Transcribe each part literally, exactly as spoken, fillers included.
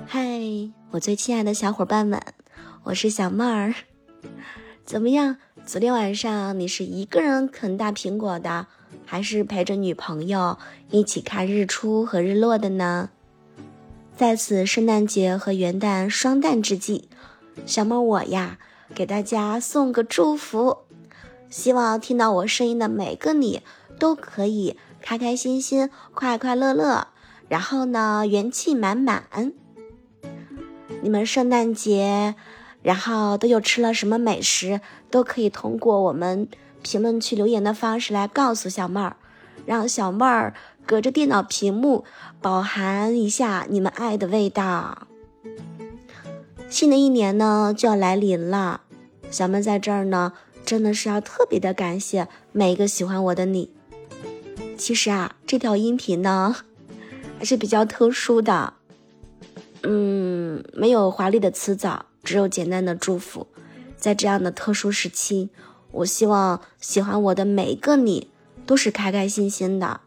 嗨，我最亲爱的小伙伴们，我是小妹儿。怎么样？昨天晚上你是一个人啃大苹果的，还是陪着女朋友一起看日出和日落的呢？在此圣诞节和元旦双旦之际，小妹儿我呀，给大家送个祝福，希望听到我声音的每个你都可以开开心心、快快乐乐，然后呢，元气满满。你们圣诞节然后都有吃了什么美食，都可以通过我们评论区留言的方式来告诉小妹儿，让小妹儿隔着电脑屏幕饱含一下你们爱的味道。新的一年呢就要来临了，小妹在这儿呢真的是要特别的感谢每一个喜欢我的你。其实啊，这条音频呢还是比较特殊的，嗯，没有华丽的辞藻，只有简单的祝福。在这样的特殊时期，我希望喜欢我的每一个你都是开开心心的。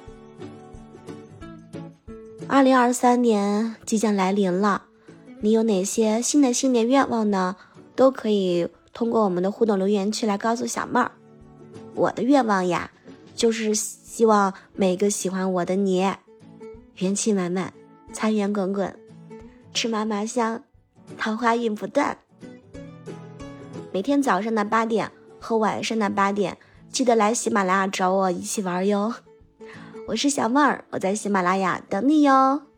二零二三年即将来临了，你有哪些新的新年愿望呢？都可以通过我们的互动留言区来告诉小妹儿。我的愿望呀，就是希望每个喜欢我的你元气满满，财源滚滚，吃嘛嘛香，桃花运不断。每天早上的八点和晚上的八点，记得来喜马拉雅找我一起玩哟。我是小妹儿，我在喜马拉雅等你哟。